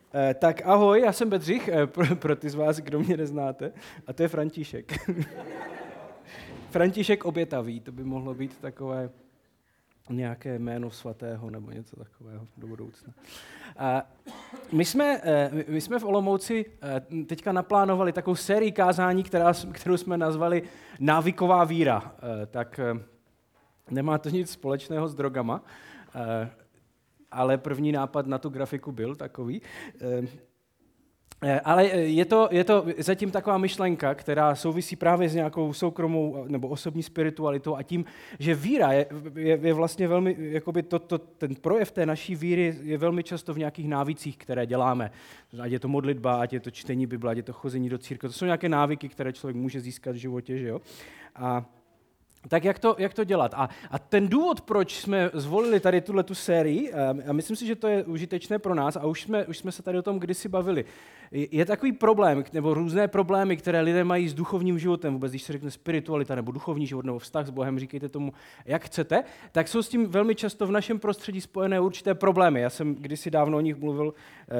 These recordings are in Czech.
Tak ahoj, já jsem Bedřich, pro ty z vás, kdo mě neznáte, a to je František. František Obětavý, to by mohlo být takové nějaké jméno svatého nebo něco takového do budoucna. My jsme v Olomouci teďka naplánovali takovou sérii kázání, kterou jsme nazvali Návyková víra. Tak nemá to nic společného s drogama, ale první nápad na tu grafiku byl takový. Ale je to zatím taková myšlenka, která souvisí právě s nějakou soukromou nebo osobní spiritualitou a tím, že víra je vlastně velmi, jakoby ten projev té naší víry je velmi často v nějakých návycích, které děláme. Ať je to modlitba, ať je to čtení Bible, ať je to chození do církve. To jsou nějaké návyky, které člověk může získat v životě, že jo? Tak jak to dělat? A ten důvod, proč jsme zvolili tady tu sérii, a myslím si, že to je užitečné pro nás, a už jsme se tady o tom kdysi bavili, je takový problém, nebo různé problémy, které lidé mají s duchovním životem, vůbec když se řekne spiritualita, nebo duchovní život, nebo vztah s Bohem, říkejte tomu, jak chcete, tak jsou s tím velmi často v našem prostředí spojené určité problémy. Já jsem kdysi dávno o nich mluvil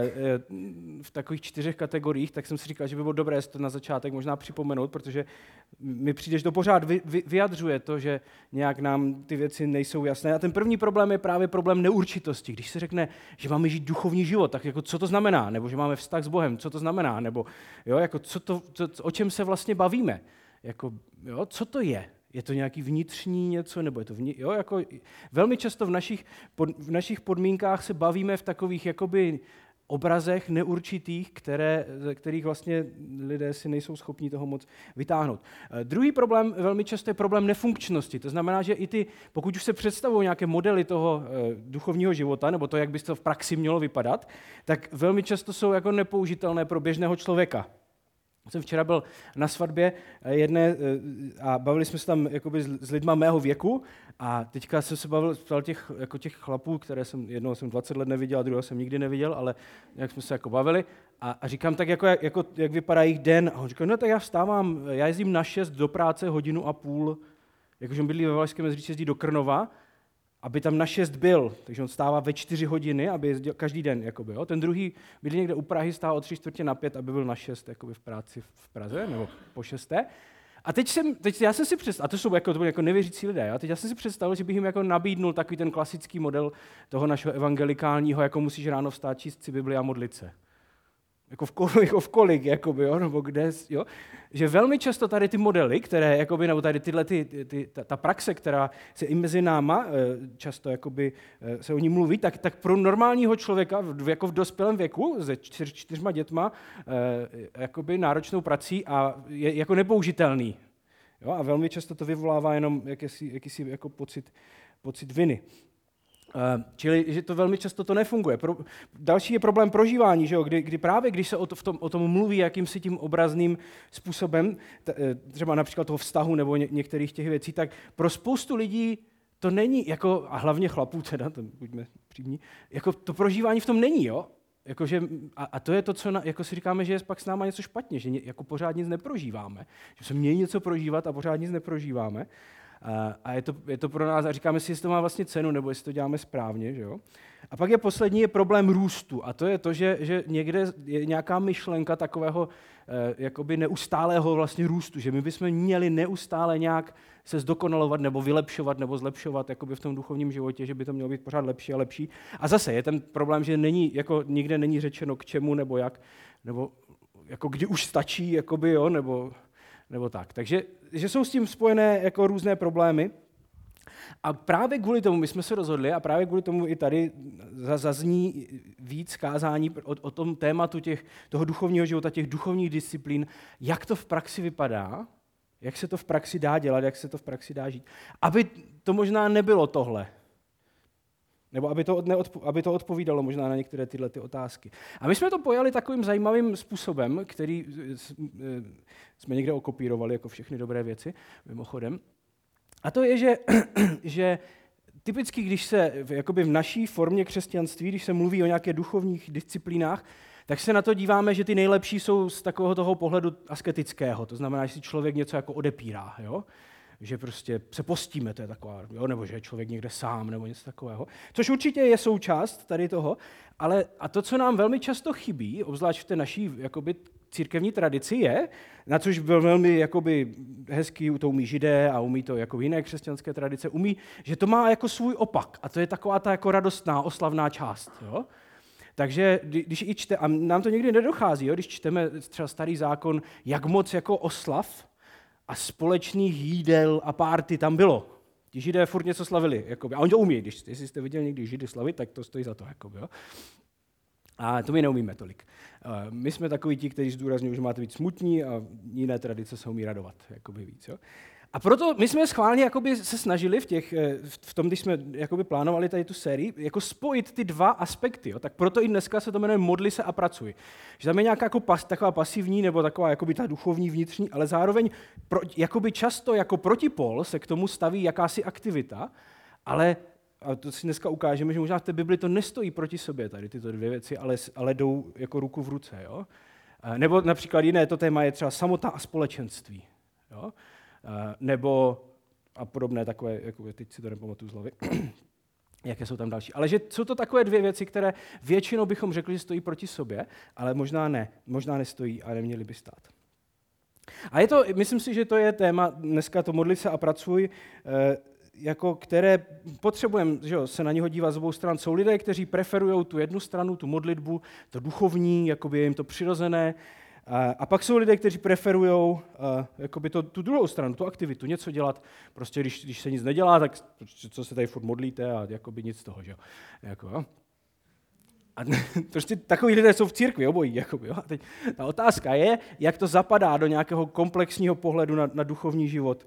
v takových 4 kategoriích, tak jsem si říkal, že by bylo dobré to na začátek možná připomenout, protože mi přijde, že to pořád vyjadřuje to, že nějak nám ty věci nejsou jasné. A ten první problém je právě problém neurčitosti. Když se řekne, že máme žít duchovní život, tak jako co to znamená? Nebo že máme vztah s Bohem, co to znamená? Nebo jo, jako o čem se vlastně bavíme? Jako, jo, co to je? Je to nějaký vnitřní něco, nebo je to jako velmi často v našich podmínkách se bavíme v takových jakoby obrazech neurčitých, kterých vlastně lidé si nejsou schopni toho moc vytáhnout. Druhý problém velmi často je problém nefunkčnosti. To znamená, že pokud už se představují nějaké modely toho duchovního života, nebo to, jak by to v praxi mělo vypadat, tak velmi často jsou jako nepoužitelné pro běžného člověka. Jsem včera byl na svatbě jedné a bavili jsme se tam jakoby s lidma mého věku a teďka jsem se bavil těch chlapů, jednoho jsem 20 let neviděl a druhého jsem nikdy neviděl, ale jak jsme se jako bavili a říkám tak, jak vypadá jejich den. A on říkal, no tak já vstávám, já jezdím na 6 do práce 1,5 hodiny, jakože on bydlí ve Valašském Meziříčí, jezdí do Krnova, aby tam na 6 byl, takže on stává ve 4 hodiny, aby jezdil každý den. Jakoby, jo. Ten druhý bydlí někde u Prahy, stává o 3:45, aby byl na 6 jakoby v práci v Praze, nebo po 6. A teď já jsem si představil, a to byli jako nevěřící lidé, a teď já jsem si představil, že bych jim jako nabídnul takový ten klasický model toho našeho evangelikálního, jako musíš ráno vstát, číst si Bibli a modlit se. Jako v kolik, jakoby, jo, nebo kde, jo. Že velmi často tady ty modely, které, jakoby, nebo tady ta praxe, která se i mezi náma často jakoby, se o ní mluví, tak pro normálního člověka jako v dospělém věku se 4 dětma jakoby náročnou prací a je jako nepoužitelný. Jo, a velmi často to vyvolává jenom jakýsi jako pocit viny. Čili že to velmi často to nefunguje. Další je problém prožívání, že jo? Kdy právě, když se o tom mluví jakýmsi tím obrazným způsobem, třeba například toho vztahu nebo některých těch věcí, tak pro spoustu lidí to není, jako, a hlavně chlapů teda, to buďme přímí, jako to prožívání v tom není, jo? Jakože, a to je to, co jako si říkáme, že je pak s náma něco špatně, že jako pořád nic neprožíváme, že se mějí něco prožívat a pořád nic neprožíváme. A je to pro nás, a říkáme si, jestli to má vlastně cenu, nebo jestli to děláme správně. Že jo? A pak je poslední problém růstu. A to je to, že někde je nějaká myšlenka takového jakoby neustálého vlastně růstu, že my bychom měli neustále nějak se zdokonalovat nebo vylepšovat nebo zlepšovat jakoby v tom duchovním životě, že by to mělo být pořád lepší a lepší. A zase je ten problém, že nikde není řečeno k čemu nebo jak, nebo jako kdy už stačí, jakoby, jo, nebo tak. Takže že jsou s tím spojené jako různé problémy. A právě kvůli tomu my jsme se rozhodli, a právě kvůli tomu i tady zazní víc kázání o tom tématu toho duchovního života, těch duchovních disciplín, jak to v praxi vypadá, jak se to v praxi dá dělat, jak se to v praxi dá žít. Aby to možná nebylo tohle. Nebo aby to odpovídalo možná na některé tyhle ty otázky. A my jsme to pojali takovým zajímavým způsobem, který jsme někde okopírovali, jako všechny dobré věci, mimochodem. A to je, že typicky, když se jakoby v naší formě křesťanství, když se mluví o nějaké duchovních disciplínách, tak se na to díváme, že ty nejlepší jsou z takového toho pohledu asketického. To znamená, že si člověk něco jako odepírá. Jo? že prostě se postíme, to je taková, jo, nebo že je člověk někde sám, nebo něco takového. Což určitě je součást tady toho, ale a to, co nám velmi často chybí, obzvlášť v té naší jakoby, církevní tradici je, na což byl velmi jakoby, hezký, to umí Židé a umí to jako jiné křesťanské tradice, umí, že to má jako svůj opak a to je taková ta jako radostná, oslavná část. Jo? Takže když i čte, a nám to někdy nedochází, jo? Když čteme třeba Starý zákon, jak moc jako oslav a společných jídel a párty tam bylo. Ti Židé furt něco slavili. Jakoby. A oni to umí, jestli jste viděli někdy Židy slavit, tak to stojí za to. Jakoby, jo? A to my neumíme tolik. My jsme takoví ti, kteří zdůrazňují, že máte být smutní a jiné tradice se umí radovat jakoby víc. Jo? A proto my jsme schválně jakoby se snažili v tom, když jsme jakoby plánovali tady tu sérii, jako spojit ty dva aspekty. Jo? Tak proto i dneska se to jmenuje Modli se a pracuj. Že tam je nějaká jako taková pasivní nebo taková jakoby ta duchovní vnitřní, ale zároveň jakoby často jako protipol se k tomu staví jakási aktivita, ale a to si dneska ukážeme, že možná v té Bibli to nestojí proti sobě tady tyto dvě věci, ale jdou jako ruku v ruce. Jo? Nebo například jiné to téma je třeba samota a společenství. Jo? Nebo a podobné takové, jako teď si to nepamatuju z hlavy, jaké jsou tam další. Ale že jsou to takové dvě věci, které většinou bychom řekli, že stojí proti sobě, ale možná nestojí a neměly by stát. A myslím si, že to je téma dneska to modli se a pracuj, jako které potřebujeme se na něho dívat z obou stran. Jsou lidé, kteří preferují tu jednu stranu, tu modlitbu, to duchovní, jakoby je jim to přirozené. A pak jsou lidé, kteří preferují tu druhou stranu, tu aktivitu, něco dělat. Prostě když se nic nedělá, tak co se tady furt modlíte a jakoby nic z toho. Že? Jako, a prostě takový lidé jsou v církvi, obojí. Jakoby, jo? A teď ta otázka je, jak to zapadá do nějakého komplexního pohledu na duchovní život,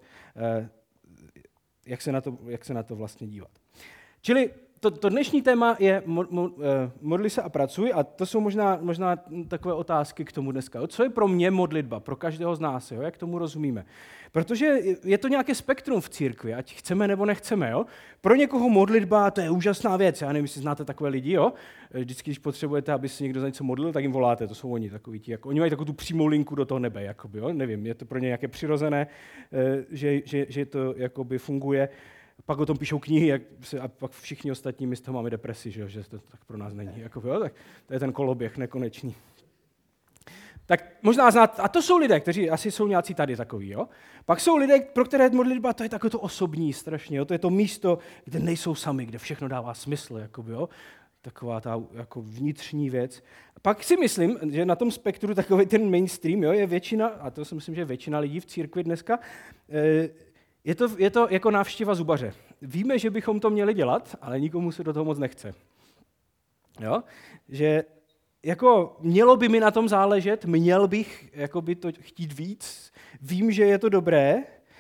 jak se na to vlastně dívat. Čili to dnešní téma je modli se a pracuj a to jsou možná takové otázky k tomu dneska. Co je pro mě modlitba, pro každého z nás, jo? Jak tomu rozumíme? Protože je to nějaké spektrum v církvi, ať chceme nebo nechceme. Jo? Pro někoho modlitba, to je úžasná věc, já nevím, jestli znáte takové lidi, jo? Vždycky, když potřebujete, aby se někdo za něco modlil, tak jim voláte, to jsou oni takoví ti, jako, oni mají takovou tu přímou linku do toho nebe, jakoby, jo? Nevím, je to pro ně nějaké přirozené, že to jakoby funguje. Pak o tom píšou knihy a pak všichni ostatní, my z toho máme depresi, že to tak pro nás není. Jako, jo, tak to je ten koloběh nekonečný. Tak možná znáte, a to jsou lidé, kteří asi jsou nějací tady takový. Jo? Pak jsou lidé, pro které modlitba, to je takové to osobní strašně. Jo? To je to místo, kde nejsou sami, kde všechno dává smysl. Jakoby, jo? Taková ta jako vnitřní věc. Pak si myslím, že na tom spektru takový ten mainstream jo, je většina, a to si myslím, že většina lidí v církvi dneska, je to jako návštěva zubaře. Víme, že bychom to měli dělat, ale nikomu se do toho moc nechce. Jo? Že jako mělo by mi na tom záležet, měl bych jakoby to chtít víc, vím, že je to dobré,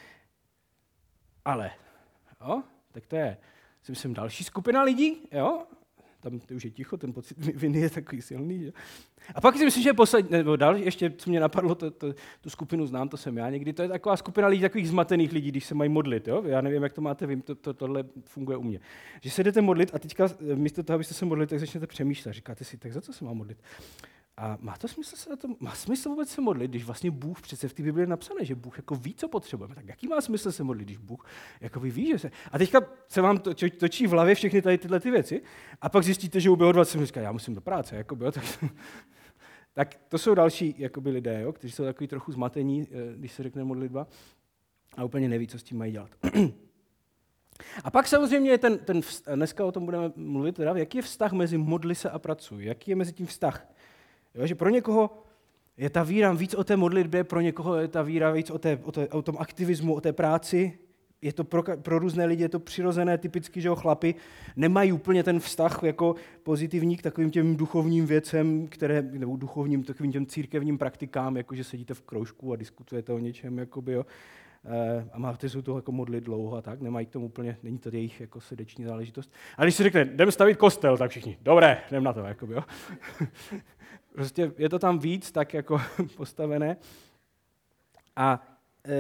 ale, jo? Tak to je, si myslím, další skupina lidí, jo? Tam to už je ticho, ten pocit viny je takový silný. Že? A pak si myslím, že ještě, co mě napadlo, tu skupinu znám, to jsem já někdy, to je taková skupina lidí, takových zmatených lidí, když se mají modlit. Jo? Já nevím, jak to máte, vím, tohle funguje u mě. Že se jdete modlit a teďka místo toho, abyste se modlili, tak začnete přemýšlet. Říkáte si, tak za co se mám modlit? A má smysl vůbec se modlit, když vlastně Bůh přece v té Bibli je napsané, že Bůh jako ví, co potřebujeme. Tak jaký má smysl se modlit, když Bůh jako ví, že se... A teďka se vám točí v hlavě všechny tady tyhle ty věci a pak zjistíte, že uběhlo 20 minut, já musím do práce. Jakoby, jo, tak to jsou další jakoby, lidé, jo, kteří jsou takový trochu zmatení, když se řekne modlitba a úplně neví, co s tím mají dělat. A pak samozřejmě je dneska o tom budeme mluvit, teda, jaký je vztah mezi modli se a pracuj, jaký je mezi tím vztah. Jo, že pro někoho je ta víra víc o té modlitbě, pro někoho je ta víra víc o tom aktivismu, o té práci. Je to pro různé lidi je to přirozené, typicky, že chlapi nemají úplně ten vztah jako pozitivní k takovým těm duchovním věcem, nebo duchovním takovým těm církevním praktikám, jako že sedíte v kroužku a diskutujete o něčem, jakoby, jo. A máte se toho jako modlit dlouho a tak, nemají k tomu úplně, není to jejich jako srdeční záležitost. A když si řekne, jdeme stavit kostel, tak všichni, dobré, jdem na to, jakoby, jo. Prostě je to tam víc tak jako postavené. A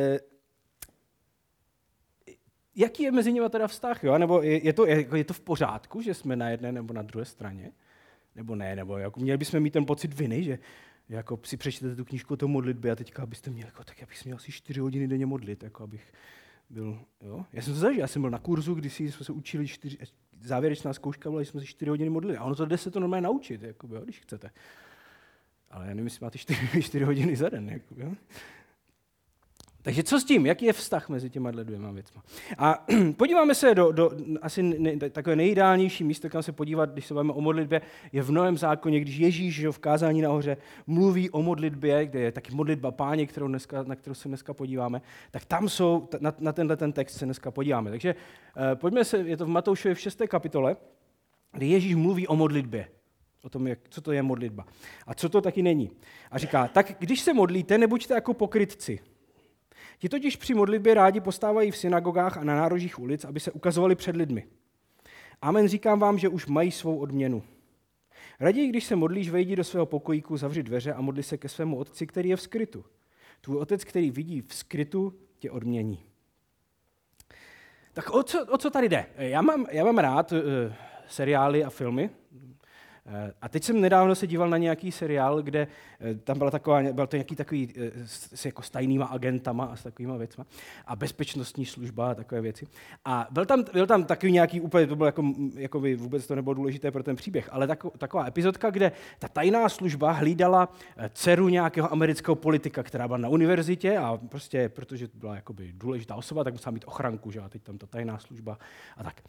jaký je mezi nimi teda vztah? Jo? Nebo je to v pořádku, že jsme na jedné nebo na druhé straně? Nebo ne? Nebo jako měli bychom mít ten pocit viny, že jako si přečtete tu knížku o tom modlitbě a teďka byste měli, jako, tak já bych se měl asi 4 hodiny denně modlit, jako abych Jo? Já jsem to zažil, já jsem byl na kurzu, kdy jsme se učili závěrečná zkouška byla, že jsme se 4 hodiny modlili. A ono to jde se to normálně naučit, jakoby, jo, když chcete. Ale já nevím, jestli máte 4 hodiny za den. Jakoby, jo. Takže co s tím? Jaký je vztah mezi těma dvěma věcma? A podíváme se do asi takové nejideálnější místo, kam se podívat, když se bavíme o modlitbě, je v Novém zákoně, když Ježíš v kázání nahoře mluví o modlitbě, kde je taky modlitba Páně, na kterou se dneska podíváme, tak tam jsou, na tenhle ten text se dneska podíváme. Takže pojďme se, je to v Matoušově v 6. kapitole, kde Ježíš mluví o modlitbě. O tom, co to je modlitba. A co to taky není. A říká, tak když se modlíte, nebuďte jako pokrytci. Ti totiž při modlitbě rádi postávají v synagogách a na nárožích ulic, aby se ukazovali před lidmi. Amen, říkám vám, že už mají svou odměnu. Raději, když se modlíš, vejdi do svého pokojíku, zavři dveře a modli se ke svému otci, který je v skrytu. Tvůj otec, který vidí v skrytu, tě odmění. Tak o co tady jde? Já mám rád seriály a filmy. A teď jsem nedávno se díval na nějaký seriál, kde tam byl to nějaký takový jako s tajnýma agentama a s takovýma věcma a bezpečnostní služba a takové věci. A byl tam takový nějaký úplně, to bylo jako by vůbec to nebylo důležité pro ten příběh, ale taková epizodka, kde ta tajná služba hlídala dceru nějakého amerického politika, která byla na univerzitě a prostě, protože byla jakoby důležitá osoba, tak musela mít ochranku, že? A teď tam ta tajná služba a tak.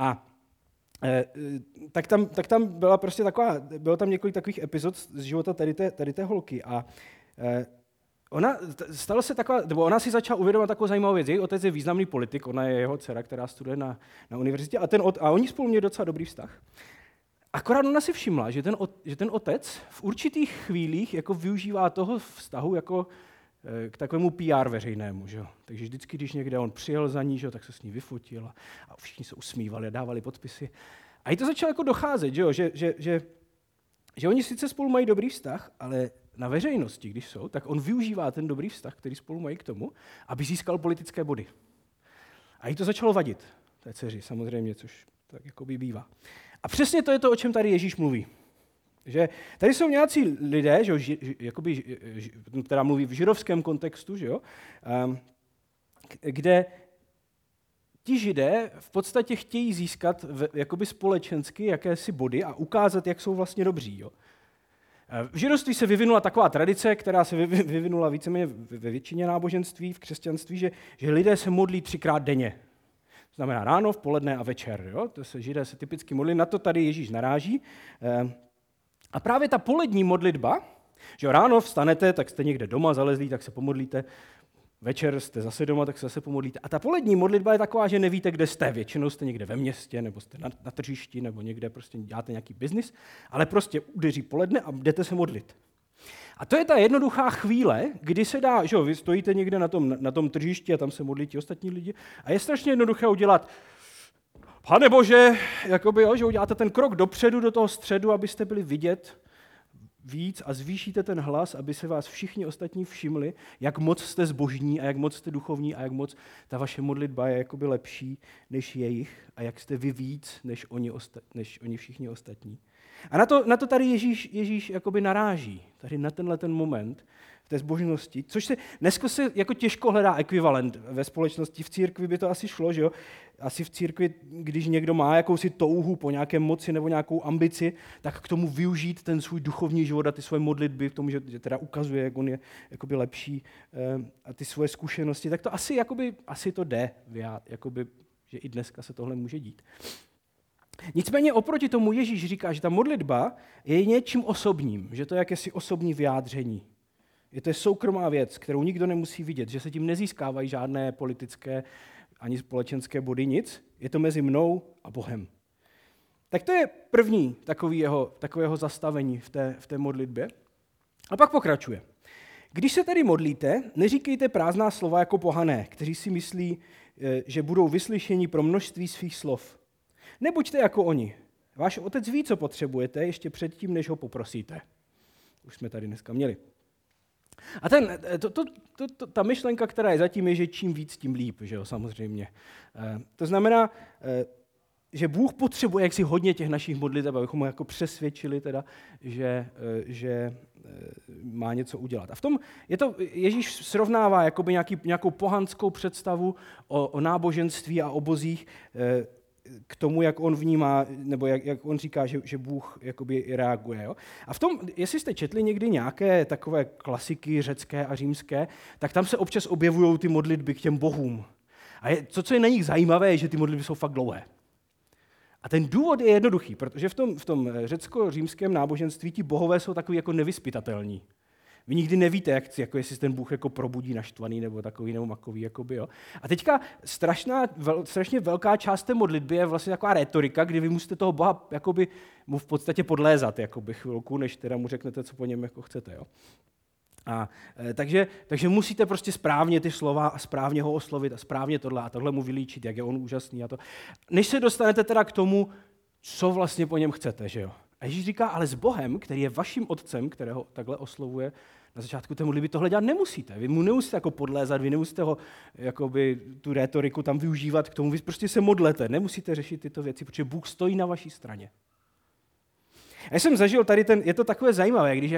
Tak tam byla prostě bylo tam několik takových epizod z života tady té holky a ona si začala uvědomovat takovou zajímavou věc. Její otec je významný politik, ona je jeho dcera, která studuje na univerzitě a oni spolu měli docela dobrý vztah. Akorát ona si všimla, že ten otec v určitých chvílích jako využívá toho vztahu jako k takovému PR veřejnému. Že? Takže vždycky, když někde on přijel za ní, že? Tak se s ní vyfotil a všichni se usmívali a dávali podpisy. A jí to začalo jako docházet, že oni sice spolu mají dobrý vztah, ale na veřejnosti, když jsou, tak on využívá ten dobrý vztah, který spolu mají k tomu, aby získal politické body. A jí to začalo vadit, té dceři samozřejmě, což tak jako by bývá. A přesně to je to, o čem tady Ježíš mluví. Že tady jsou nějací lidé, že, která mluví v židovském kontextu, že jo, kde ti Židé v podstatě chtějí získat jakoby společensky jakési body a ukázat, jak jsou vlastně dobří. Jo. V židovství se vyvinula taková tradice, která se vyvinula víceméně ve většině náboženství, v křesťanství, že lidé se modlí 3krát denně. To znamená ráno, v poledne a večer. Jo. To se Židé se typicky modlí, na to tady Ježíš naráží. A právě ta polední modlitba, že ráno vstanete, tak jste někde doma zalezlí, tak se pomodlíte, večer jste zase doma, tak se zase pomodlíte. A ta polední modlitba je taková, že nevíte, kde jste. Většinou jste někde ve městě, nebo jste na tržišti, nebo někde prostě děláte nějaký biznis, ale prostě udeří poledne a jdete se modlit. A to je ta jednoduchá chvíle, kdy se dá, že vy stojíte někde na tom tržišti a tam se modlí ti ostatní lidi a je strašně jednoduché udělat Pane Bože, jakoby, že uděláte ten krok dopředu do toho středu, abyste byli vidět víc a zvýšíte ten hlas, aby se vás všichni ostatní všimli, jak moc jste zbožní a jak moc jste duchovní a jak moc ta vaše modlitba je jakoby lepší než jejich a jak jste vy víc než oni všichni ostatní. A na to tady Ježíš jakoby naráží, tady na tenhle ten moment v té zbožnosti, což se dneska se jako těžko hledá ekvivalent ve společnosti. V církvi by to asi šlo, že jo? Asi v církvi, když někdo má jakousi touhu po nějaké moci nebo nějakou ambici, tak k tomu využít ten svůj duchovní život a ty svoje modlitby, k tomu, že teda ukazuje, jak on je jakoby lepší a ty svoje zkušenosti, tak to asi to jde, jakoby, že i dneska se tohle může dít. Nicméně oproti tomu Ježíš říká, že ta modlitba je něčím osobním, že to je jakési osobní vyjádření. Je to soukromá věc, kterou nikdo nemusí vidět, že se tím nezískávají žádné politické ani společenské body, nic. Je to mezi mnou a Bohem. Tak to je první takového zastavení v té modlitbě. A pak pokračuje. Když se tedy modlíte, neříkejte prázdná slova jako pohané, kteří si myslí, že budou vyslyšeni pro množství svých slov. Nebuďte jako oni. Váš otec ví, co potřebujete, ještě předtím, než ho poprosíte. Už jsme tady dneska měli. A ta myšlenka, která je zatím, je, že čím víc, tím líp, že jo, samozřejmě. To znamená, že Bůh potřebuje jaksi hodně těch našich modliteb, abychom ho jako přesvědčili teda, že má něco udělat. A v tom Ježíš srovnává jakoby nějakou pohanskou představu o náboženství a o bozích k tomu, jak on vnímá, nebo jak on říká, že Bůh jakoby reaguje. Jo? A v tom, jestli jste četli někdy nějaké takové klasiky řecké a římské, tak tam se občas objevují ty modlitby k těm bohům. A co je na nich zajímavé, je, že ty modlitby jsou fakt dlouhé. A ten důvod je jednoduchý, protože v tom řecko-římském náboženství ti bohové jsou takový jako nevyzpytatelní. Vy nikdy nevíte, jako jestli ten Bůh jako probudí naštvaný nebo takový nebo makový. Jakoby, jo. A teďka strašně velká část té modlitby je vlastně taková rétorika, kdy vy musíte toho Boha jakoby, mu v podstatě podlézat jakoby, chvilku, než teda mu řeknete, co po něm jako chcete. Jo. Takže musíte prostě správně ty slova a správně ho oslovit a správně tohle mu vylíčit, jak je on úžasný a to. Než se dostanete teda k tomu, co vlastně po něm chcete, že jo. A Ježíš říká, ale s Bohem, který je vaším otcem, kterého takhle oslovuje na začátku té modlitby, tohle dělat nemusíte. Vy mu nemusíte jako podlézat, vy nemusíte ho, jakoby, tu rétoriku tam využívat k tomu, vy prostě se modlete, nemusíte řešit tyto věci, protože Bůh stojí na vaší straně. Já jsem zažil tady je to takové zajímavé, když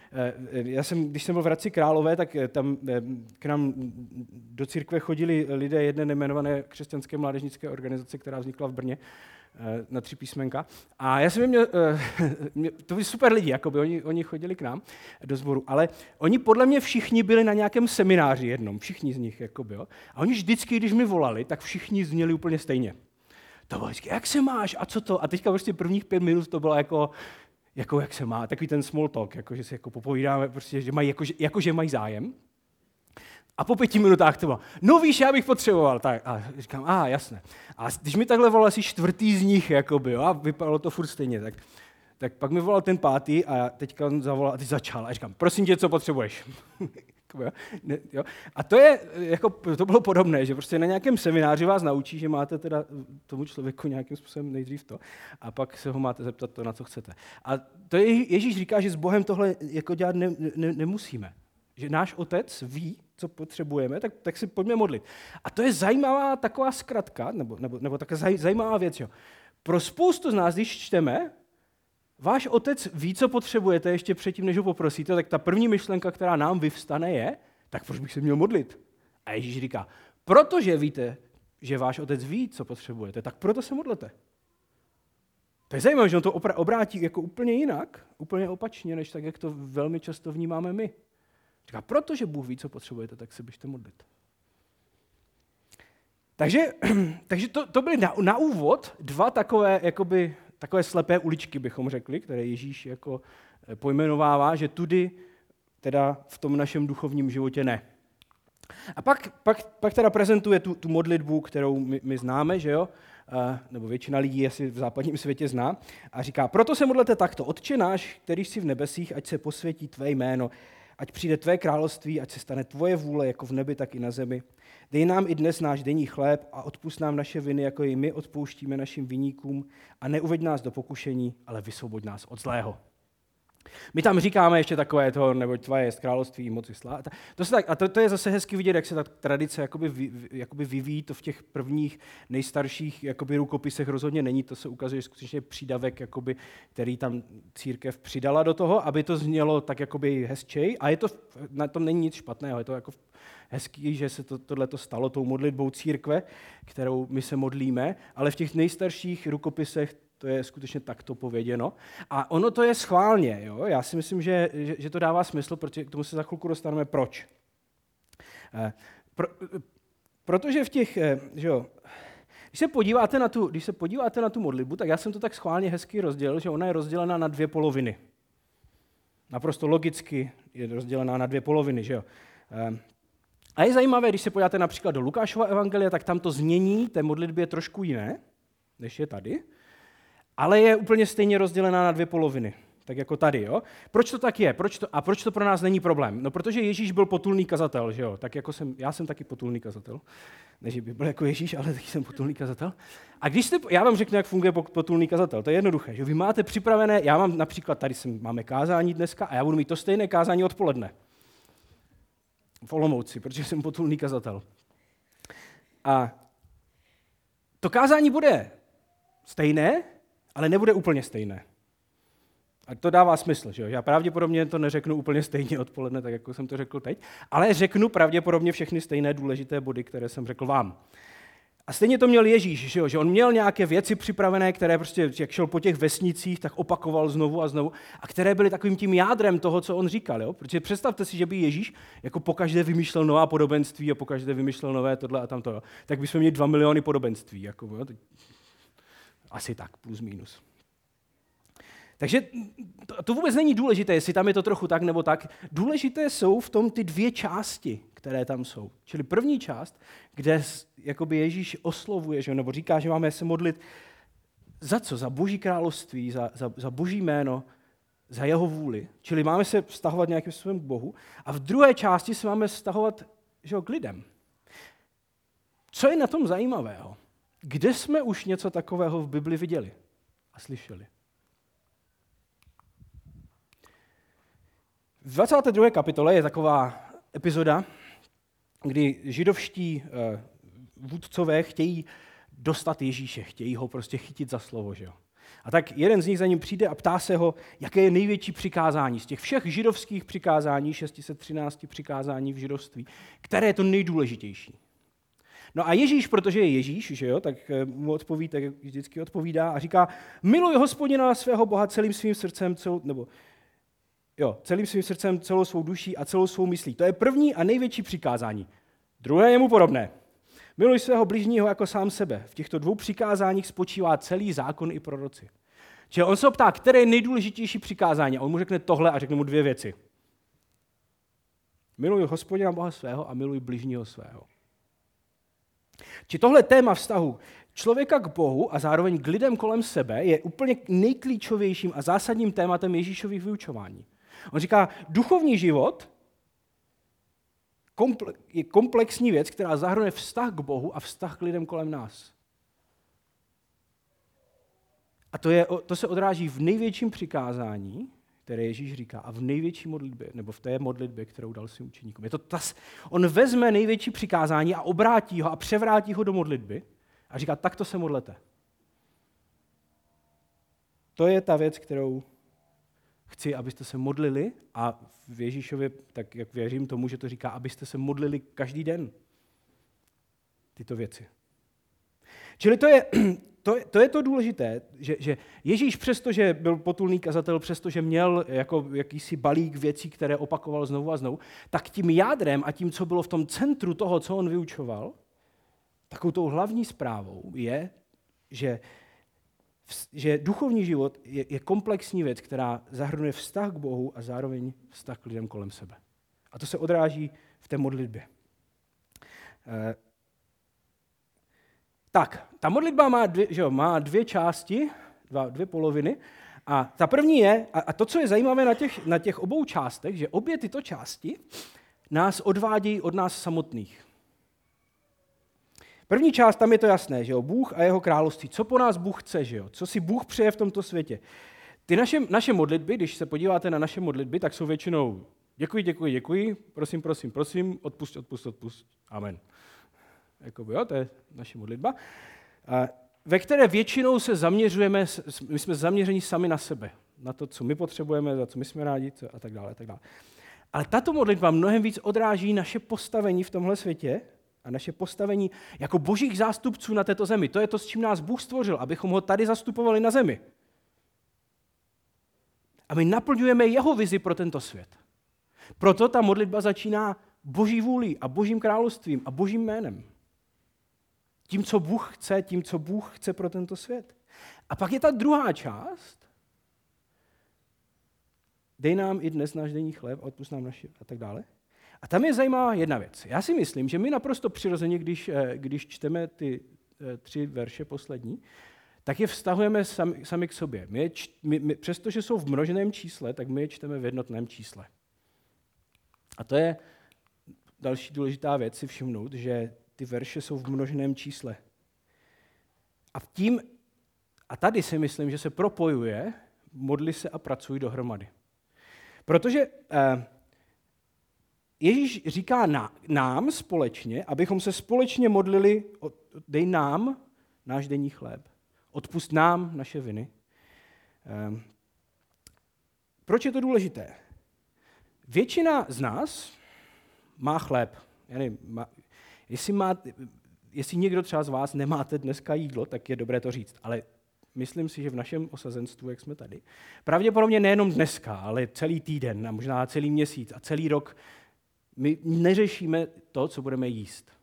jsem byl v Hradci Králové, tak tam k nám do církve chodili lidé jedné nejmenované křesťanské mládežnické organizace, která vznikla v Brně, na 3 písmenka. A já jsem měl, to byli super lidi, jakoby, oni chodili k nám do sboru, ale oni podle mě všichni byli na nějakém semináři jednom, všichni z nich. Jakoby, jo. A oni vždycky, když mi volali, tak všichni zněli úplně stejně. To bylo vždycky, jak se máš a co to? A teďka prostě prvních 5 minut to bylo jako jak se má, takový ten small talk, jako, že si jako popovídáme, prostě, že mají, že mají zájem. A po 5 minutách to bylo, no víš, já bych potřeboval. Tak, a říkám, jasné. A když mi takhle volal asi 4. z nich, jakoby, jo, a vypadalo to furt stejně, tak pak mi volal ten 5. a teďka on zavolal a teď začal. A říkám, prosím tě, co potřebuješ? Jo. A to bylo podobné, že prostě na nějakém semináři vás naučí, že máte teda tomu člověku nějakým způsobem nejdřív to a pak se ho máte zeptat to, na co chcete. A to Ježíš říká, že s Bohem tohle jako dělat nemusíme. Že náš otec ví, co potřebujeme, tak si pojďme modlit. A to je zajímavá taková zkratka, nebo taková zajímavá věc. Jo. Pro spoustu z nás, když čteme, váš otec ví, co potřebujete ještě předtím, než ho poprosíte, tak ta první myšlenka, která nám vyvstane, je, tak proč bych se měl modlit? A Ježíš říká, protože víte, že váš otec ví, co potřebujete, tak proto se modlete. To je zajímavé, že on to obrátí jako úplně jinak, úplně opačně, než tak, jak to velmi často vnímáme my. Říká, protože Bůh ví, co potřebujete, tak se běžte modlit. Takže to byly na úvod 2 takové slepé uličky, bychom řekli, které Ježíš jako pojmenovává, že tudy teda v tom našem duchovním životě ne. A pak teda prezentuje tu modlitbu, kterou my známe, že jo? Nebo většina lidí asi v západním světě zná. A říká, proto se modlete takto, Otče náš, který jsi v nebesích, ať se posvětí tvé jméno, ať přijde tvé království, ať se stane tvoje vůle, jako v nebi, tak i na zemi. Dej nám i dnes náš denní chléb a odpusť nám naše viny, jako i my odpouštíme našim viníkům a neuveď nás do pokušení, ale vysvoboď nás od zlého. My tam říkáme ještě takové to, neboť tvoje jest království, moci slávy. To je zase hezky vidět, jak se ta tradice jakoby vyvíjí, to v těch prvních nejstarších jakoby rukopisech rozhodně není, to se ukazuje skutečně přídavek, jakoby, který tam církev přidala do toho, aby to znělo tak jakoby hezčej a na tom není nic špatného, je to jako hezký, že se tohleto stalo tou modlitbou církve, kterou my se modlíme, ale v těch nejstarších rukopisech to je skutečně takto pověděno. A ono to je schválně. Jo? Já si myslím, že to dává smysl, protože k tomu se za chvilku dostaneme. Proč? Protože v těch, že jo, když se podíváte na tu modlitbu, tak já jsem to tak schválně hezky rozdělil, že ona je rozdělena na 2 poloviny. Naprosto logicky je rozdělená na 2 poloviny. Že jo? A je zajímavé, když se podíváte například do Lukášova evangelia, tak tam to znění té modlitby je trošku jiné, než je tady. Ale je úplně stejně rozdělená na 2 poloviny, tak jako tady. Jo? Proč to tak je? Proč to pro nás není problém? No, protože Ježíš byl potulný kazatel, že jo? Tak jako já jsem taky potulný kazatel. Ne, že by byl jako Ježíš, ale taky jsem potulný kazatel. A já vám řeknu, jak funguje potulný kazatel. To je jednoduché, že vy máte připravené, já mám například, máme kázání dneska a já budu mít to stejné kázání odpoledne. V Olomouci, protože jsem potulný kazatel. A to kázání bude stejné, ale nebude úplně stejné. A to dává smysl, že jo? Já pravděpodobně to neřeknu úplně stejně odpoledne, tak jako jsem to řekl teď, ale řeknu pravděpodobně všechny stejné důležité body, které jsem řekl vám. A stejně to měl Ježíš, že on měl nějaké věci připravené, které prostě, jak šel po těch vesnicích, tak opakoval znovu a znovu, a které byly takovým tím jádrem toho, co on říkal. Jo? Protože představte si, že by Ježíš jako pokaždé vymýšlel nová podobenství a pokaždé vymýšlel nové tohle a tamto. Jo? Tak bychom měli 2 miliony podobenství. Jako, jo? Asi tak, plus minus. Takže to vůbec není důležité, jestli tam je to trochu tak nebo tak. Důležité jsou v tom ty dvě části, které tam jsou. Čili první část, kde jakoby Ježíš oslovuje, že, nebo říká, že máme se modlit za co? Za Boží království, za Boží jméno, za jeho vůli. Čili máme se vztahovat nějakým způsobem k Bohu. A v druhé části se máme vztahovat, že, k lidem. Co je na tom zajímavého? Kde jsme už něco takového v Bibli viděli a slyšeli? V 22. kapitole je taková epizoda, kdy židovští vůdcové chtějí dostat Ježíše, chtějí ho prostě chytit za slovo. Že jo? A tak jeden z nich za ním přijde a ptá se ho, jaké je největší přikázání z těch všech židovských přikázání, 613 přikázání v židovství, které je to nejdůležitější. No a Ježíš, protože je Ježíš, že jo, tak mu odpoví, tak vždycky odpovídá a říká, miluj Hospodina svého Boha celým svým srdcem, celým svým srdcem, celou svou duší a celou svou myslí. To je první a největší přikázání. Druhé je mu podobné. Miluj svého bližního jako sám sebe. V těchto dvou přikázáních spočívá celý zákon i proroci. Čili on se ho ptá, které je nejdůležitější přikázání. A on mu řekne tohle a řekne mu dvě věci. Miluj Hospodina Boha svého a miluj bližního svého. Či tohle téma vztahu člověka k Bohu a zároveň k lidem kolem sebe je úplně nejklíčovějším a zásadním tématem Ježíšových vyučování. On říká, duchovní život je komplexní věc, která zahrnuje vztah k Bohu a vztah k lidem kolem nás. A to se odráží v největším přikázání, které Ježíš říká, a v největší modlitbě, nebo v té modlitbě, kterou dal svým učeníkům. On vezme největší přikázání a obrátí ho a převrátí ho do modlitby a říká, takto se modlete. To je ta věc, kterou chci, abyste se modlili, a v Ježíšově, tak jak věřím tomu, že to říká, abyste se modlili každý den. Tyto věci. Čili to je to důležité, že Ježíš přestože byl potulný kazatel, přestože měl jako jakýsi balík věcí, které opakoval znovu a znovu, tak tím jádrem a tím, co bylo v tom centru toho, co on vyučoval, takovou tou hlavní zprávou je, že duchovní život je komplexní věc, která zahrnuje vztah k Bohu a zároveň vztah k lidem kolem sebe. A to se odráží v té modlitbě. Tak, ta modlitba má dvě části, dvě poloviny. A ta první je, a to, co je zajímavé na těch obou částech, že obě tyto části nás odvádějí od nás samotných. První část, tam je to jasné, že jo, Bůh a jeho království. Co po nás Bůh chce, že jo? Co si Bůh přeje v tomto světě? Ty naše modlitby, když se podíváte na naše modlitby, tak jsou většinou děkuji, prosím, odpust, amen. Jakoby, jo, to je naše modlitba, ve které většinou se zaměřujeme, my jsme zaměřeni sami na sebe, na to, co my potřebujeme, za co my jsme rádi a tak dále, tak dále. Ale tato modlitba mnohem víc odráží naše postavení v tomhle světě a naše postavení jako božích zástupců na této zemi. To je to, s čím nás Bůh stvořil, abychom ho tady zastupovali na zemi. A my naplňujeme jeho vizi pro tento svět. Proto ta modlitba začíná boží vůlí a božím královstvím a božím jménem. Tím, co Bůh chce pro tento svět. A pak je ta druhá část. Dej nám i dnes náš denní chléb, odpusť nám naši a tak dále. A tam je zajímavá jedna věc. Já si myslím, že my naprosto přirozeně, když čteme ty 3 verše poslední, tak je vztahujeme sami k sobě. Přestože jsou v množeném čísle, tak my je čteme v jednotném čísle. A to je další důležitá věc si všimnout, že ty verše jsou v množeném čísle. A tady si myslím, že se propojuje, modli se a pracuj dohromady. Protože Ježíš říká nám společně, abychom se společně modlili, dej nám náš denní chléb. Odpusť nám naše viny. Proč je to důležité? Většina z nás má chléb. Jestli někdo třeba z vás nemáte dneska jídlo, tak je dobré to říct. Ale myslím si, že v našem osazenstvu, jak jsme tady, pravděpodobně nejenom dneska, ale celý týden a možná celý měsíc a celý rok, my neřešíme to, co budeme jíst.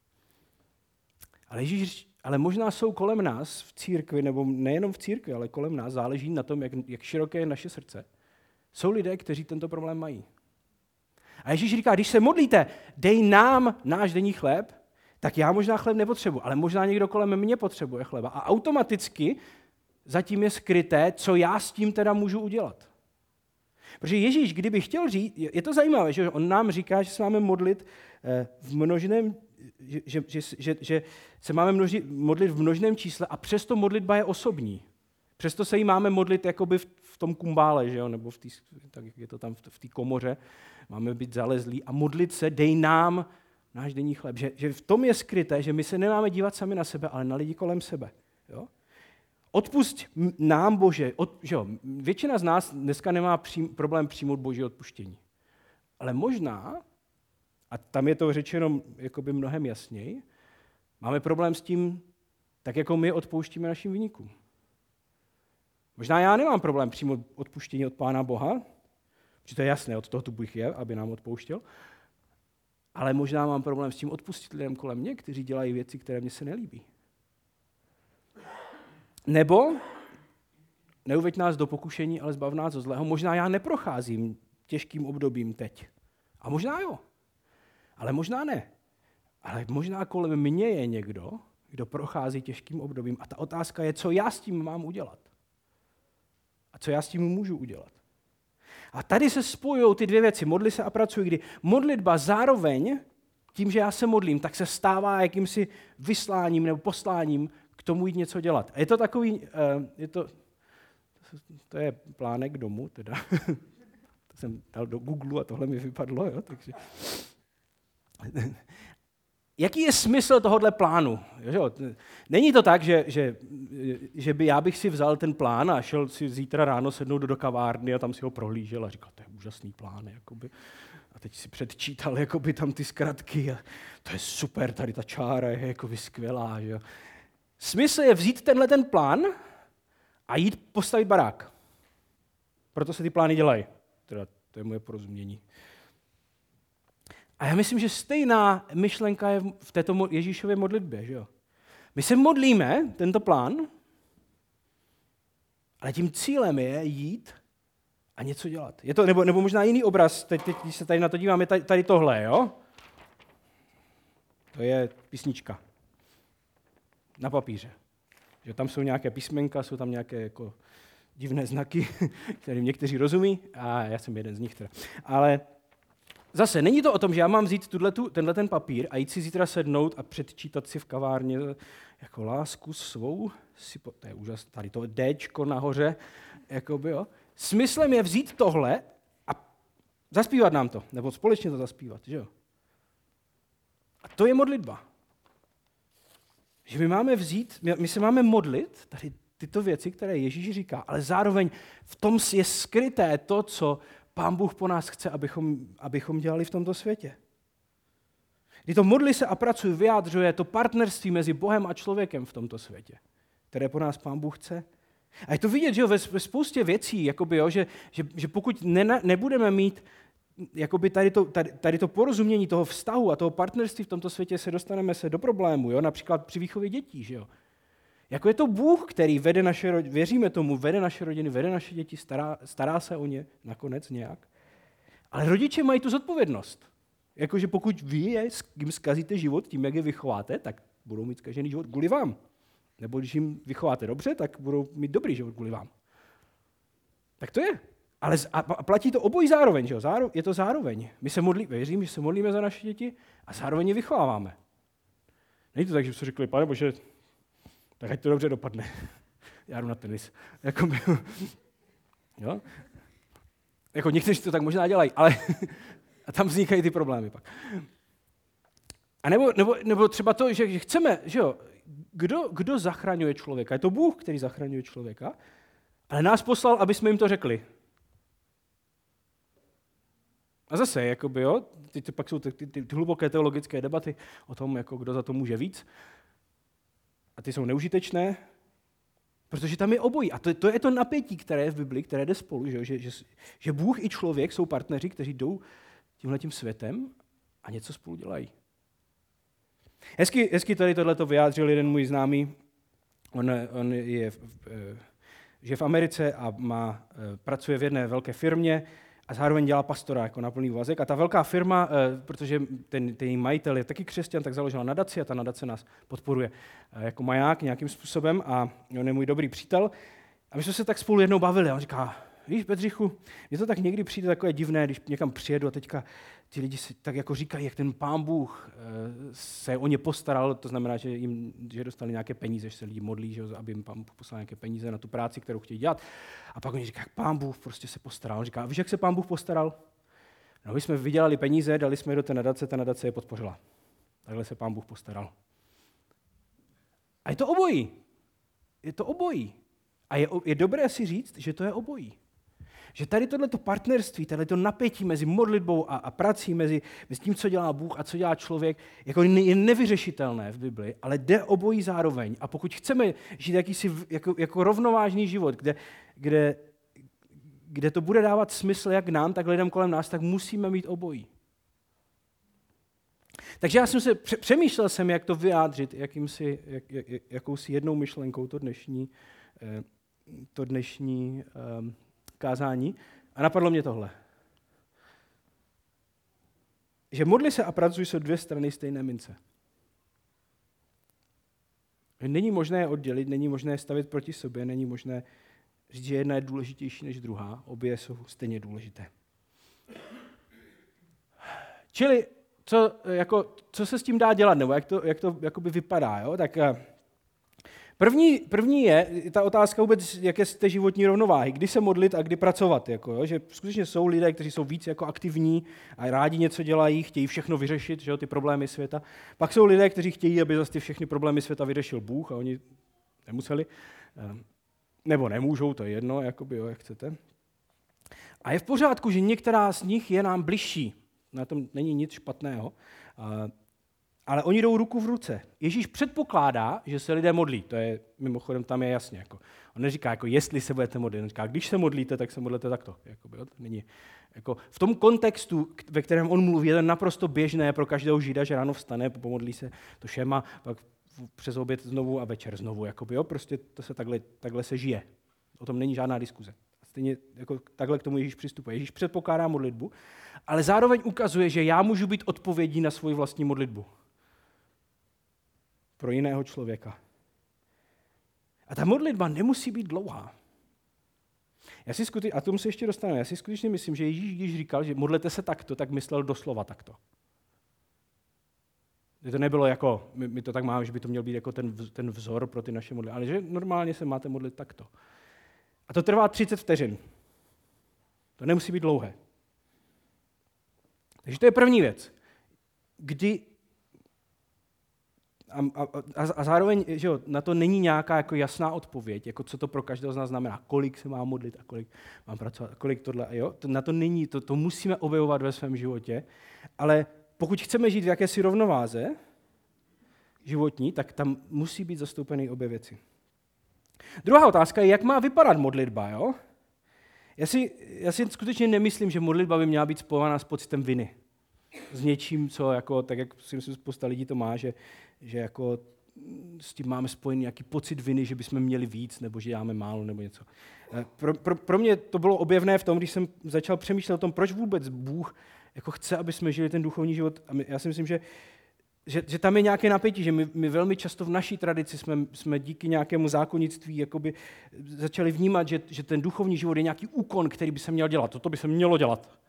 Ale možná jsou kolem nás v církvi, nebo nejenom v církvi, ale kolem nás, záleží na tom, jak široké je naše srdce. Jsou lidé, kteří tento problém mají. A Ježíš říká, když se modlíte, dej nám náš denní chléb, tak já možná chléb nepotřebuji, ale možná někdo kolem mě potřebuje chleba. A automaticky zatím je skryté, co já s tím teda můžu udělat. Protože Ježíš, kdyby chtěl říct, je to zajímavé, že on nám říká, že se máme modlit v množném, že se máme modlit v množném čísle a přesto modlitba je osobní. Přesto se jí máme modlit jakoby v tom kumbále, že jo? Nebo tak je to tam v té komoře, máme být zalezlí a modlit se, dej nám náš denní chléb. Že v tom je skryté, že my se nemáme dívat sami na sebe, ale na lidi kolem sebe. Jo? Odpusť nám, Bože. Že jo? Většina z nás dneska nemá problém přijmout Boží odpuštění. Ale možná, a tam je to řečeno jakoby mnohem jasněji, máme problém s tím, tak jako my odpouštíme našim viníkům. Možná já nemám problém přijmout odpuštění od Pána Boha, protože to je jasné, od toho tu Bůh je, aby nám odpouštěl, ale možná mám problém s tím odpustit lidem kolem mě, kteří dělají věci, které mně se nelíbí. Nebo neuveď nás do pokušení, ale zbav nás od zlého. Možná já neprocházím těžkým obdobím teď. A možná jo. Ale možná ne. Ale možná kolem mě je někdo, kdo prochází těžkým obdobím. A ta otázka je, co já s tím mám udělat. A co já s tím můžu udělat. A tady se spojují ty dvě věci. Modli se a pracuj, kdy modlitba zároveň tím, že já se modlím, tak se stává jakýmsi vysláním nebo posláním k tomu jít něco dělat. A je to takový, to je plánek domů, teda. To jsem dal do Google a tohle mi vypadlo, jo, takže. Jaký je smysl tohohle plánu? Není to tak, že já bych si vzal ten plán a šel si zítra ráno sednout do kavárny a tam si ho prohlížel a říkal, to je úžasný plán, jakoby. A teď si předčítal jakoby tam ty zkratky a to je super, tady ta čára je jakoby skvělá. Že? Smysl je vzít tenhle ten plán a jít postavit barák. Proto se ty plány dělají. Teda to je moje porozumění. A já myslím, že stejná myšlenka je v této Ježíšově modlitbě. Že jo? My se modlíme, tento plán, ale tím cílem je jít a něco dělat. Je to, nebo možná jiný obraz, teď, když se tady na to díváme, tady tohle, jo? To je písnička na papíře. Že tam jsou nějaké písmenka, jsou tam nějaké jako divné znaky, kterým někteří rozumí, a já jsem jeden z nich teda. Ale zase, není to o tom, že já mám vzít tenhle ten papír a jít si zítra sednout a předčítat si v kavárně jako lásku svou, to je úžasné, tady to Dčko nahoře, jakoby, jo. Smyslem je vzít tohle a zaspívat nám to, nebo společně to zaspívat, že jo. A to je modlitba. Že my se máme modlit, tady tyto věci, které Ježíš říká, ale zároveň v tom je skryté to, co Pán Bůh po nás chce, abychom dělali v tomto světě. Kdy to modli se a pracuj vyjádřuje to partnerství mezi Bohem a člověkem v tomto světě, které po nás Pán Bůh chce. A je to vidět, že jo, ve spoustě věcí, jakoby, jo, že pokud nebudeme mít jakoby tady to porozumění toho vztahu a toho partnerství v tomto světě, dostaneme se do problému, jo, například při výchově dětí, že jo. Jako je to Bůh, který vede věříme tomu, vede naše rodiny, vede naše děti, stará se o ně nakonec nějak. Ale rodiče mají tu zodpovědnost. Jakože pokud vy jim zkazíte život tím, jak je vychováte, tak budou mít zkažený život kvůli vám. Nebo když jim vychováte dobře, tak budou mít dobrý život kvůli vám. Tak to je. Ale a platí to obojí zároveň, že jo? Je to zároveň. My se věřím, že se modlíme za naše děti a zároveň je vychováváme. Není to tak, že jsme řekli, Pane Bože, tak ať to dobře dopadne. Já jdu na tenis. Jo? Jako někteří to tak možná dělají, ale a tam vznikají ty problémy pak. A nebo třeba to, že chceme, že jo, kdo zachraňuje člověka? Je to Bůh, který zachraňuje člověka, ale nás poslal, aby jsme jim to řekli. A zase, jakoby, jo, pak jsou ty hluboké teologické debaty o tom, jako kdo za to může víc. A ty jsou neužitečné, protože tam je obojí. A to je to napětí, které je v Bibli, které jde spolu, že Bůh i člověk jsou partneři, kteří jdou tímhletím světem a něco spolu dělají. Hezky tady tohleto vyjádřil jeden můj známý. On je v Americe a pracuje v jedné velké firmě a zároveň dělá pastora jako na plný úvazek. A ta velká firma, protože ten její majitel je taky křesťan, tak založila nadaci a ta nadace nás podporuje jako maják nějakým způsobem a on je můj dobrý přítel. A my jsme se tak spolu jednou bavili a on říká, víš, Bedřichu, mně to tak někdy přijde takové divné, když někam přijedu a teďka ti lidi si tak jako říkají, jak ten Pán Bůh se o ně postaral, to znamená, že dostali nějaké peníze, že se lidi modlí, že aby jim Pán Bůh poslal nějaké peníze na tu práci, kterou chtějí dělat. A pak oni říkají, jak Pán Bůh prostě se postaral. On říká, víš, jak se Pán Bůh postaral? No, my jsme vydělali peníze, dali jsme je do té nadace, ta nadace je podpořila. Takhle se Pán Bůh postaral. A je to obojí. Je to obojí. A je dobré si říct, že to je obojí. Že tady tohleto partnerství, tohleto napětí mezi modlitbou a prací, mezi tím, co dělá Bůh a co dělá člověk, jako je nevyřešitelné v Bibli, ale jde obojí zároveň. A pokud chceme žít jakýsi jako rovnovážný život, kde to bude dávat smysl jak nám, tak lidem kolem nás, tak musíme mít obojí. Takže já jsem přemýšlel jsem, jak to vyjádřit, jakousi jednou myšlenkou to dnešní kázání a napadlo mě tohle. Že modli se a pracuj jsou dvě strany stejné mince. Není možné je oddělit, není možné je stavit proti sobě, není možné říct, že jedna je důležitější než druhá, obě jsou stejně důležité. Čili co se s tím dá dělat, nebo jak to jakoby vypadá, jo? Tak První je ta otázka vůbec, jaké jste životní rovnováhy, kdy se modlit a kdy pracovat. Že skutečně jsou lidé, kteří jsou víc jako aktivní a rádi něco dělají, chtějí všechno vyřešit, že ty problémy světa. Pak jsou lidé, kteří chtějí, aby zase všechny problémy světa vyřešil Bůh a oni nemuseli. Nebo nemůžou, to je jedno, jak chcete. A je v pořádku, že některá z nich je nám bližší. Na tom není nic špatného. Ale oni jdou ruku v ruce. Ježíš předpokládá, že se lidé modlí. To je, mimochodem, tam je jasně. On neříká, jestli se budete modlit. On říká, když se modlíte, tak se modlete takto. To není, v tom kontextu, ve kterém on mluví, je to naprosto běžné pro každého Žida, že ráno vstane, pomodlí se to šema, pak přes oběd znovu a večer znovu. Prostě to se takhle se žije. O tom není žádná diskuze. Stejně takhle k tomu Ježíš přistupuje. Ježíš předpokládá modlitbu, ale zároveň ukazuje, že já můžu být odpovědí na svoji vlastní modlitbu. Pro jiného člověka. A ta modlitba nemusí být dlouhá. A tomu se ještě dostaneme. Já si skutečně myslím, že Ježíš, když říkal, že modlete se takto, tak myslel doslova takto. Že to nebylo jako, my to tak máme, že by to měl být jako ten vzor pro ty naše modlitby, ale že normálně se máte modlit takto. A to trvá 30 vteřin. To nemusí být dlouhé. Takže to je první věc. A zároveň, že jo, na to není nějaká jako jasná odpověď, jako co to pro každého z nás znamená, kolik se má modlit a kolik mám pracovat, kolik tohle, jo, na to není, to musíme objevovat ve svém životě, ale pokud chceme žít v jakési rovnováze životní, tak tam musí být zastoupeny obě věci. Druhá otázka je, jak má vypadat modlitba, jo? Já si skutečně nemyslím, že modlitba by měla být spojována s pocitem viny. S něčím, co tak jak si myslím, spousta lidí to má, že s tím máme spojený nějaký pocit viny, že bychom měli víc, nebo že děláme málo, nebo něco. Pro mě to bylo objevné v tom, když jsem začal přemýšlet o tom, proč vůbec Bůh chce, aby jsme žili ten duchovní život. A já si myslím, že tam je nějaké napětí, že my velmi často v naší tradici jsme díky nějakému zákonnictví začali vnímat, že ten duchovní život je nějaký úkon, který by se měl dělat. Toto by se mělo dělat.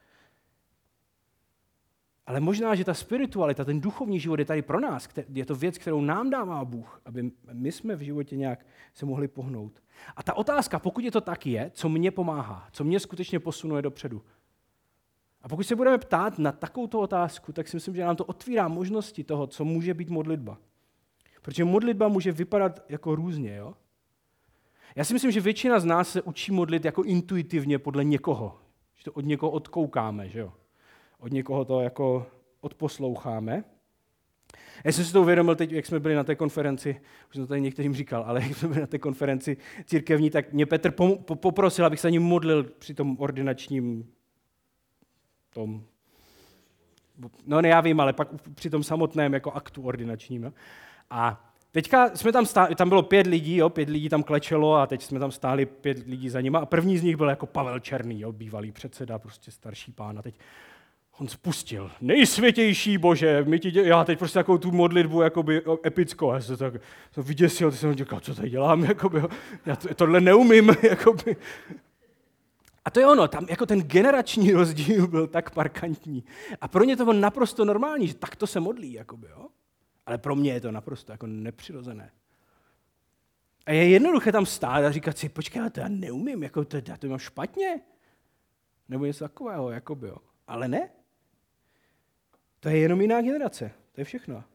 Ale možná, že ta spiritualita, ten duchovní život je tady pro nás. Je to věc, kterou nám dává Bůh, aby my jsme v životě nějak se mohli pohnout. A ta otázka, pokud je to tak je, co mě pomáhá, co mě skutečně posunuje dopředu. A pokud se budeme ptát na takovouto otázku, tak si myslím, že nám to otvírá možnosti toho, co může být modlitba. Protože modlitba může vypadat jako různě, jo? Já si myslím, že většina z nás se učí modlit jako intuitivně podle někoho. Že to od někoho odkoukáme, že jo? Od někoho to jako odposloucháme. Já jsem si to uvědomil teď, jak jsme byli na té konferenci, už jsem to tady některým říkal, ale jak jsme byli na té konferenci církevní, tak mě Petr poprosil, abych se ním modlil při tom ordinačním tom. No ne, já vím, ale pak při tom samotném jako aktu ordinačním. Jo? A teďka jsme tam stáli, tam bylo 5 lidí, jo, 5 lidí tam klečelo a teď jsme tam stáli 5 lidí za nima a první z nich byl jako Pavel Černý, jo, bývalý předseda, prostě starší pán a teď on spustil, nejsvětější Bože, já teď prostě takovou tu modlitbu jakoby epickou, já jsem tak vyděsil, teď jsem říkal, co tady dělám, jakoby, já tohle neumím, jakoby. A to je ono, tam jako ten generační rozdíl byl tak markantní. A pro ně to bylo naprosto normální, že takto se modlí, jakoby, jo. Ale pro mě je to naprosto jako nepřirozené. A je jednoduché tam stát a říkat si, počkej, ale to já neumím, jako já to mám špatně. Nebo něco takového, jakoby, jo. Ale ne. To je jenom jiná generace. To je všechno.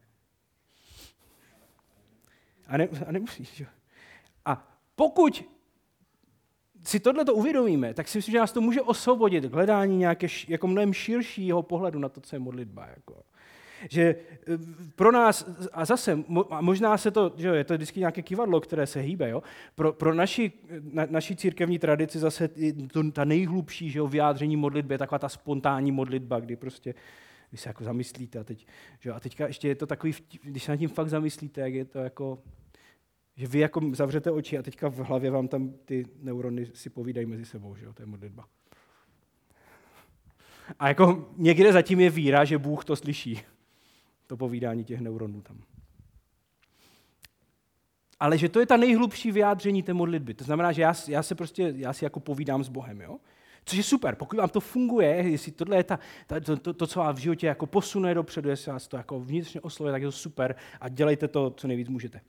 A nemusíš. Jo. A pokud si tohleto uvědomíme, tak si myslím, že nás to může osvobodit k hledání nějaké jako mnohem širšího pohledu na to, co je modlitba. Jako. Že pro nás, a zase, možná se to, že je to vždycky nějaké kivadlo, které se hýbe, jo? Pro naši církevní tradici zase ta nejhlubší, že jo, vyjádření modlitby je taková ta spontánní modlitba, kdy prostě vy se jako zamyslíte a teďka ještě je to takový, když se nad tím fakt zamyslíte, jak je to jako, že vy jako zavřete oči a teďka v hlavě vám tam ty neurony si povídají mezi sebou, že jo, to je modlitba. A jako někde zatím je víra, že Bůh to slyší, to povídání těch neuronů tam. Ale že to je ta nejhlubší vyjádření té modlitby. To znamená, že já si jako povídám s Bohem, jo? Což je super, pokud vám to funguje, jestli tohle je to, co vám v životě jako posune dopředu, jestli vás to jako vnitřně oslovuje, tak je to super a dělejte to, co nejvíc můžete.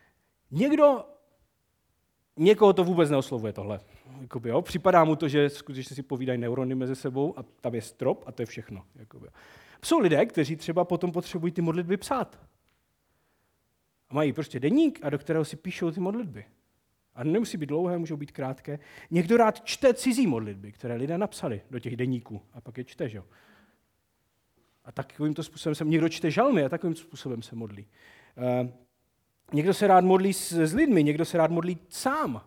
Někoho to vůbec neoslovuje tohle. Jakoby, jo? Připadá mu to, že skutečně si povídají neurony mezi sebou a tam je strop a to je všechno. Jakoby. Jsou lidé, kteří třeba potom potřebují ty modlitby psát. A mají prostě deník, a do kterého si píšou ty modlitby. A nemusí být dlouhé, můžou být krátké. Někdo rád čte cizí modlitby, které lidé napsali do těch deníků a pak je čte, že? A takovýmto způsobem někdo čte žalmy a takovým způsobem se modlí. Někdo se rád modlí s lidmi, někdo se rád modlí sám.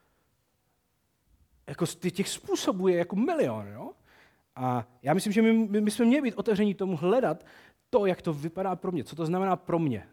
Jako těch způsobů je jako milion, jo? A já myslím, že my jsme měli být otevření tomu hledat to, jak to vypadá pro mě, co to znamená pro mě.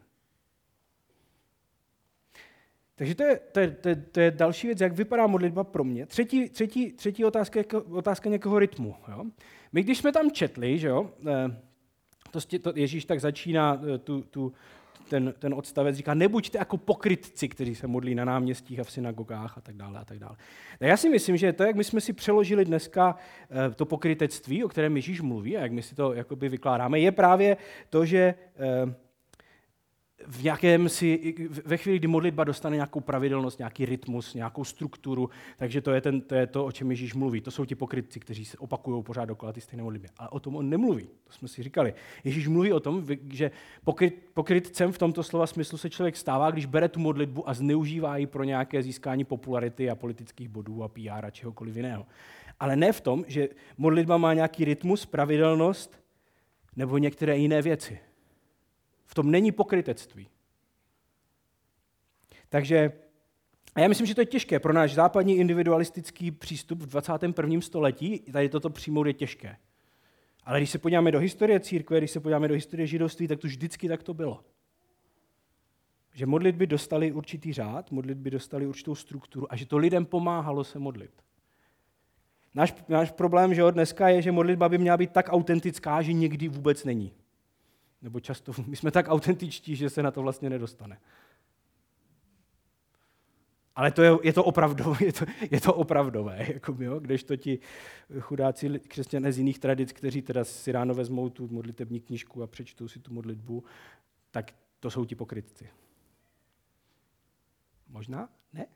Takže to je další věc, jak vypadá modlitba pro mě. Třetí otázka je otázka nějakého rytmu. Jo? My když jsme tam četli, že jo, to Ježíš tak začíná ten odstavec, říká, nebuďte jako pokrytci, kteří se modlí na náměstích a v synagogách a tak dále a tak dále. Tak já si myslím, že to, jak my jsme si přeložili dneska to pokrytectví, o kterém Ježíš mluví a jak my si to jakoby vykládáme, je právě to, že ve chvíli, kdy modlitba dostane nějakou pravidelnost, nějaký rytmus, nějakou strukturu, takže to je to, o čem Ježíš mluví. To jsou ti pokrytci, kteří se opakují pořád dokola ty stejné modlitby. Ale o tom on nemluví, to jsme si říkali. Ježíš mluví o tom, že pokrytcem v tomto slova smyslu se člověk stává, když bere tu modlitbu a zneužívá ji pro nějaké získání popularity a politických bodů a PR a čehokoliv jiného. Ale ne v tom, že modlitba má nějaký rytmus, pravidelnost nebo některé jiné věci. V tom není pokrytectví. Takže, a já myslím, že to je těžké. Pro náš západní individualistický přístup v 21. století, tady toto přijmout je těžké. Ale když se podíváme do historie církve, když se podíváme do historie židovství, tak to vždycky tak to bylo. Že modlitby dostaly určitý řád, modlitby dostaly určitou strukturu a že to lidem pomáhalo se modlit. Náš problém, že od dneska je, že modlitba by měla být tak autentická, že někdy vůbec není. Nebo často my jsme tak autentičtí, že se na to vlastně nedostane. Ale je to opravdové, jakoby, jo? Kdežto ti chudáci křesťané z jiných tradic, kteří teda si ráno vezmou tu modlitební knížku a přečtou si tu modlitbu, tak to jsou ti pokrytci. Možná? Ne?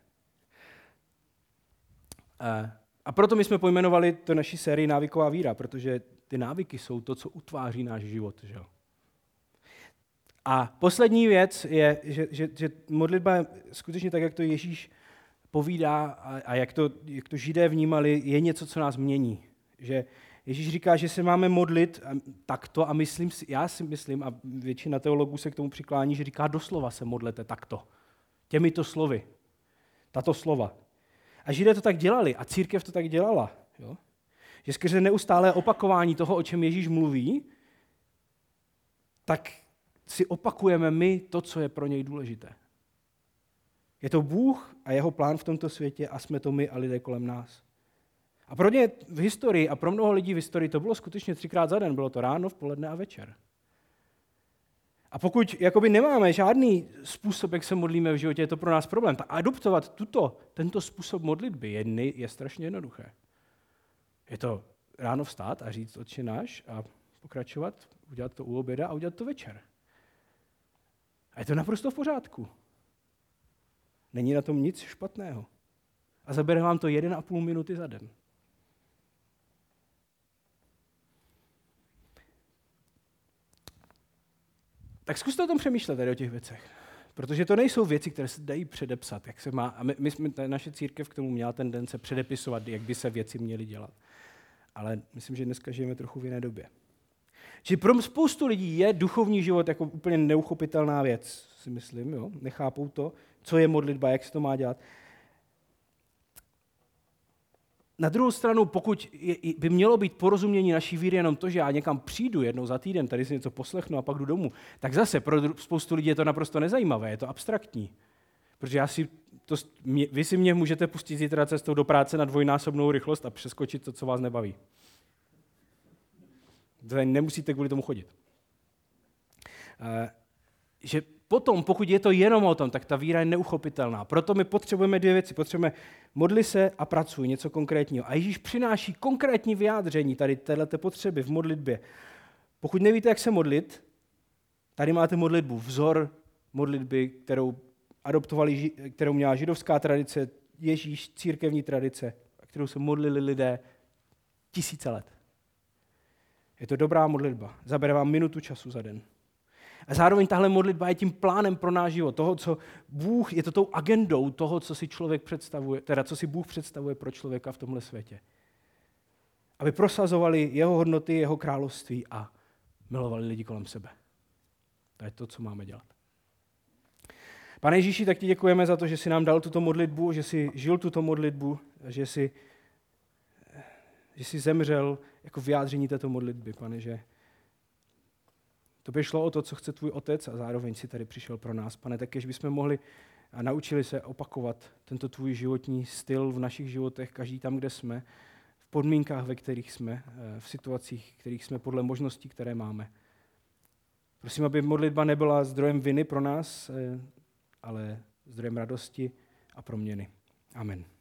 A proto my jsme pojmenovali to naší sérii Návyková víra, protože ty návyky jsou to, co utváří náš život, že jo? A poslední věc je, že modlitba je skutečně tak, jak to Ježíš povídá a jak to Židé vnímali, je něco, co nás mění. Že Ježíš říká, že se máme modlit takto a já si myslím, a většina teologů se k tomu přiklání, že říká doslova se modlete takto. Těmito slovy. Tato slova. A Židé to tak dělali a církev to tak dělala. Jo? Že skrze neustálé opakování toho, o čem Ježíš mluví, tak si opakujeme my to, co je pro něj důležité. Je to Bůh a jeho plán v tomto světě a jsme to my a lidé kolem nás. A pro ně v historii a pro mnoho lidí v historii to bylo skutečně 3krát za den. Bylo to ráno, v poledne a večer. A pokud jakoby nemáme žádný způsob, jak se modlíme v životě, je to pro nás problém. Tak adoptovat tento způsob modlitby je strašně jednoduché. Je to ráno vstát a říct Otče náš a pokračovat, udělat to u oběda a udělat to večer. A je to naprosto v pořádku. Není na tom nic špatného. A zabere vám to 1,5 minuty za den. Tak zkuste o tom přemýšlet tady o těch věcech. Protože to nejsou věci, které se dají předepsat, jak se má. A naše církev k tomu měla tendence předepisovat, jak by se věci měly dělat. Ale myslím, že dneska žijeme trochu v jiné době. Že pro spoustu lidí je duchovní život jako úplně neuchopitelná věc, si myslím. Jo? Nechápou to, co je modlitba, jak se to má dělat. Na druhou stranu, pokud by mělo být porozumění naší víry jenom to, že já někam přijdu jednou za týden, tady si něco poslechnu a pak jdu domů, tak zase pro spoustu lidí je to naprosto nezajímavé, je to abstraktní. Protože vy si mě můžete pustit zítra cestou do práce na 2násobnou rychlost a přeskočit to, co vás nebaví. Nemusíte kvůli tomu chodit. Že potom, pokud je to jenom o tom, tak ta víra je neuchopitelná. Proto my potřebujeme 2 věci. Potřebujeme modli se a pracuj, něco konkrétního. A Ježíš přináší konkrétní vyjádření tady téhleté potřeby v modlitbě. Pokud nevíte, jak se modlit, tady máte modlitbu, vzor modlitby, kterou měla židovská tradice, Ježíš, církevní tradice, kterou se modlili lidé 1000 let. Je to dobrá modlitba. Zabere vám minutu času za den. A zároveň tahle modlitba je tím plánem pro náš život, toho, co Bůh, je to tou agendou toho, co si člověk představuje, teda co si Bůh představuje pro člověka v tomhle světě. Aby prosazovali jeho hodnoty, jeho království a milovali lidi kolem sebe. To je to, co máme dělat. Pane Ježíši, tak ti děkujeme za to, že jsi nám dal tuto modlitbu, že jsi žil tuto modlitbu, že jsi zemřel jako vyjádření této modlitby, Pane, že tobě šlo o to, co chce tvůj otec a zároveň si tady přišel pro nás. Pane, tak bychom mohli a naučili se opakovat tento tvůj životní styl v našich životech, každý tam, kde jsme, v podmínkách, ve kterých jsme, v situacích, v kterých jsme podle možností, které máme. Prosím, aby modlitba nebyla zdrojem viny pro nás, ale zdrojem radosti a proměny. Amen.